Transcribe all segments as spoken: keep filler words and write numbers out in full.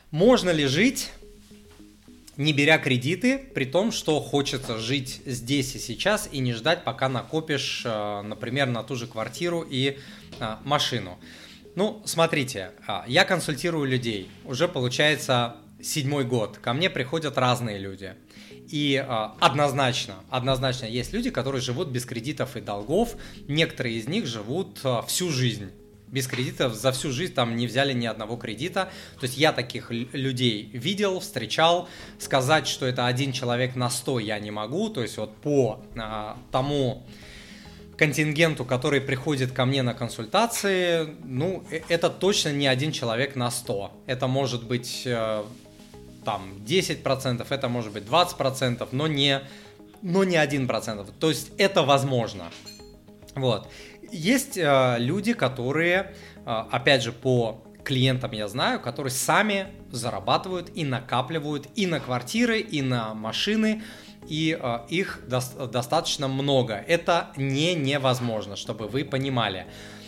Можно ли жить, не беря кредиты, при том, что хочется жить здесь и сейчас и не ждать, пока накопишь, например, на ту же квартиру и машину? Ну, смотрите, я консультирую людей, уже получается седьмой год, ко мне приходят разные люди. И однозначно, однозначно есть люди, которые живут без кредитов и долгов, некоторые из них живут всю жизнь. Без кредитов за всю жизнь там не взяли ни одного кредита. То есть я таких людей видел, встречал. Сказать, что это один человек на сто я не могу. То есть вот по а, тому контингенту, который приходит ко мне на консультации, ну, это точно не один человек на сто. Это может быть э, там десять процентов, это может быть двадцать процентов, но не, но не один процент. То есть это возможно. Вот. Есть э, люди, которые, э, опять же, по клиентам я знаю, которые сами зарабатывают и накапливают и на квартиры, и на машины, и э, их до- достаточно много. Это не невозможно, чтобы вы понимали.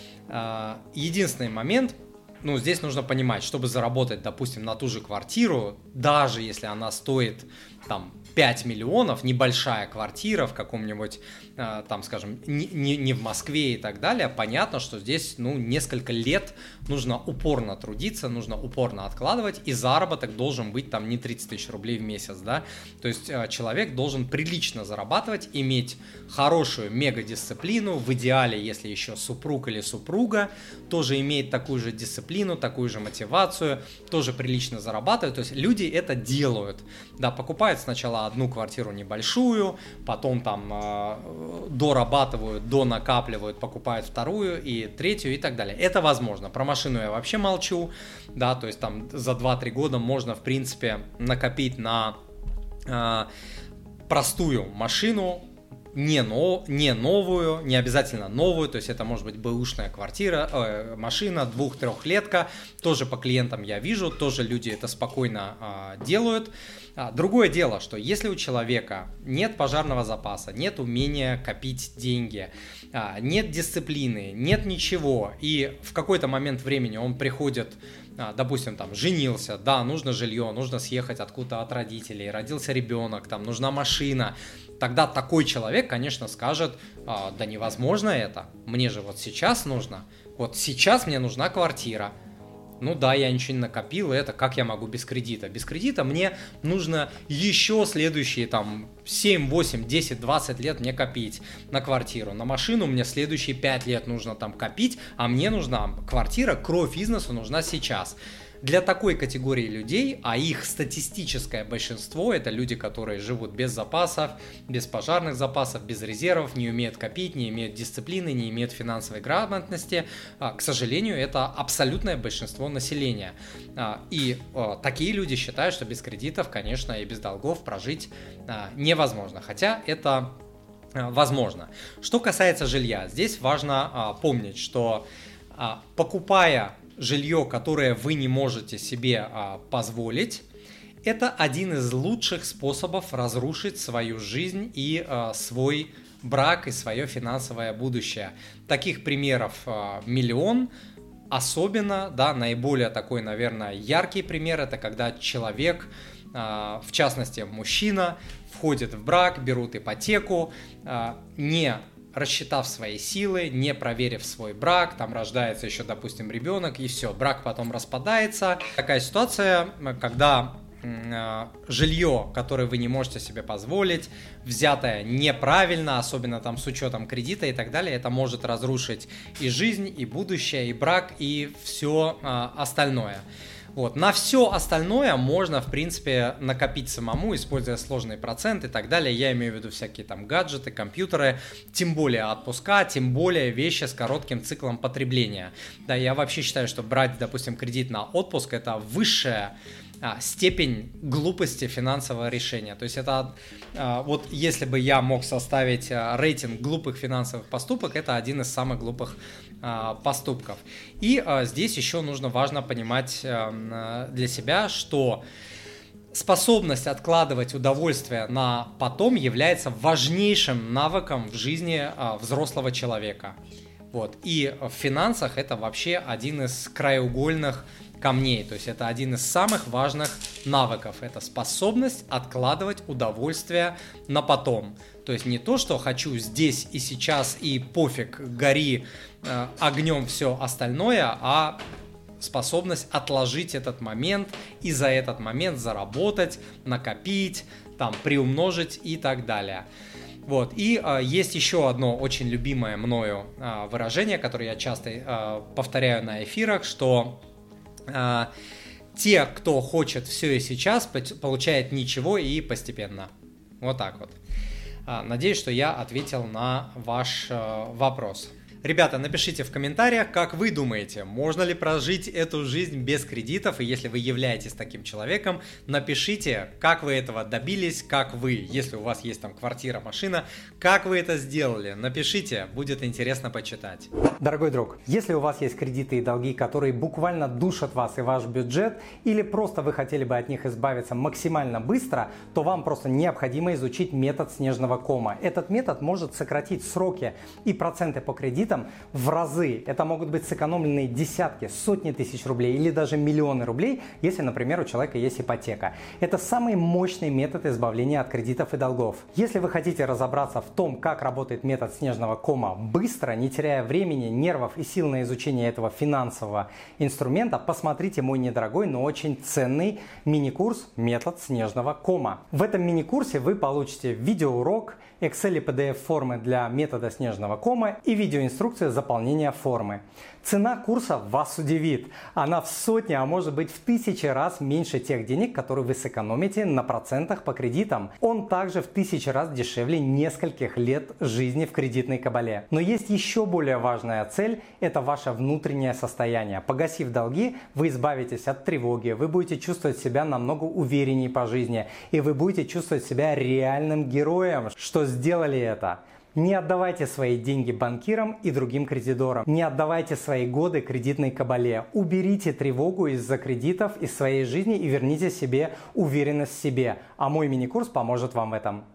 Э, единственный момент, ну, здесь нужно понимать, чтобы заработать, допустим, на ту же квартиру, даже если она стоит там пять миллионов, небольшая квартира в каком-нибудь, э, там, скажем, не, не, не в Москве и так далее, понятно, что здесь, ну, несколько лет нужно упорно трудиться, нужно упорно откладывать, и заработок должен быть там не тридцать тысяч рублей в месяц, да, то есть э, человек должен прилично зарабатывать, иметь хорошую мега-дисциплину, в идеале, если еще супруг или супруга тоже имеет такую же дисциплину, такую же мотивацию, тоже прилично зарабатывает, то есть люди это делают, да, покупают сначала одну квартиру небольшую, потом там э, дорабатывают, донакапливают, покупают вторую и третью и так далее. Это возможно. Про машину я вообще молчу, да, то есть там за два-три года можно, в принципе, накопить на э, простую машину, не, но, не новую, не обязательно новую, то есть это может быть бэушная квартира, э, машина, двух-трехлетка, тоже по клиентам я вижу, тоже люди это спокойно э, делают. А, другое дело, что если у человека нет пожарного запаса, нет умения копить деньги, а, нет дисциплины, нет ничего, и в какой-то момент времени он приходит, а, допустим, там, женился, да, нужно жилье, нужно съехать откуда-то от родителей, родился ребенок, там, нужна машина, тогда такой человек, конечно, скажет, а, да невозможно это, мне же вот сейчас нужно, вот сейчас мне нужна квартира. Ну да, я ничего не накопил, это как я могу без кредита? Без кредита мне нужно еще следующие там семь, восемь, десять, двадцать лет мне копить на квартиру. На машину мне следующие пять лет нужно там копить, а мне нужна квартира, кровь бизнесу нужна сейчас. Для такой категории людей, а их статистическое большинство, это люди, которые живут без запасов, без пожарных запасов, без резервов, не умеют копить, не имеют дисциплины, не имеют финансовой грамотности, к сожалению, это абсолютное большинство населения. И такие люди считают, что без кредитов, конечно, и без долгов прожить невозможно, хотя это возможно. Что касается жилья, здесь важно помнить, что покупая жилье, которое вы не можете себе а, позволить, это один из лучших способов разрушить свою жизнь и а, свой брак и свое финансовое будущее. Таких примеров а, миллион. Особенно, да, наиболее такой, наверное, яркий пример, это когда человек, а, в частности мужчина, входит в брак, берут ипотеку, а, не рассчитав свои силы, не проверив свой брак, там рождается еще, допустим, ребенок, и все, брак потом распадается. Такая ситуация, когда э, жилье, которое вы не можете себе позволить, взятое неправильно, особенно там с учетом кредита и так далее, это может разрушить и жизнь, и будущее, и брак, и все э, остальное. Вот. На все остальное можно, в принципе, накопить самому, используя сложные проценты и так далее. Я имею в виду всякие там гаджеты, компьютеры, тем более отпуска, тем более вещи с коротким циклом потребления. Да, я вообще считаю, что брать, допустим, кредит на отпуск – это высшая а, степень глупости финансового решения. То есть это а, вот если бы я мог составить а, рейтинг глупых финансовых поступок, это один из самых глупых поступков. И а, здесь еще нужно важно понимать а, для себя, что способность откладывать удовольствие на потом является важнейшим навыком в жизни а, взрослого человека. Вот. И в финансах это вообще один из краеугольных камней, то есть это один из самых важных навыков, это способность откладывать удовольствие на потом. То есть не то, что хочу здесь и сейчас и пофиг, гори э, огнем все остальное, а способность отложить этот момент и за этот момент заработать, накопить, там, приумножить и так далее. Вот. И э, есть еще одно очень любимое мною э, выражение, которое я часто э, повторяю на эфирах, что э, те, кто хочет все и сейчас, получает ничего и постепенно. Вот так вот. Э, надеюсь, что я ответил на ваш э, вопрос. Ребята, напишите в комментариях, как вы думаете, можно ли прожить эту жизнь без кредитов, и если вы являетесь таким человеком, напишите, как вы этого добились, как вы, если у вас есть там квартира, машина, как вы это сделали, напишите, будет интересно почитать. Дорогой друг, если у вас есть кредиты и долги, которые буквально душат вас и ваш бюджет, или просто вы хотели бы от них избавиться максимально быстро, то вам просто необходимо изучить метод снежного кома. Этот метод может сократить сроки и проценты по кредитам в разы. Это могут быть сэкономленные десятки, сотни тысяч рублей или даже миллионы рублей, если, например, у человека есть ипотека. Это самый мощный метод избавления от кредитов и долгов. Если вы хотите разобраться в том, как работает метод снежного кома быстро, не теряя времени, нервов и сил на изучение этого финансового инструмента, посмотрите мой недорогой, но очень ценный мини-курс «Метод снежного кома». В этом мини-курсе вы получите видеоурок, Excel и пи ди эф формы для метода снежного кома и видеоинструкцию заполнения формы. Цена курса вас удивит. Она в сотни, а может быть в тысячи раз меньше тех денег, которые вы сэкономите на процентах по кредитам. Он также в тысячи раз дешевле нескольких лет жизни в кредитной кабале. Но есть еще более важная цель – это ваше внутреннее состояние. Погасив долги, вы избавитесь от тревоги, вы будете чувствовать себя намного увереннее по жизни, и вы будете чувствовать себя реальным героем, что сделали это. Не отдавайте свои деньги банкирам и другим кредиторам. Не отдавайте свои годы кредитной кабале. Уберите тревогу из-за кредитов из своей жизни и верните себе уверенность в себе. А мой мини-курс поможет вам в этом.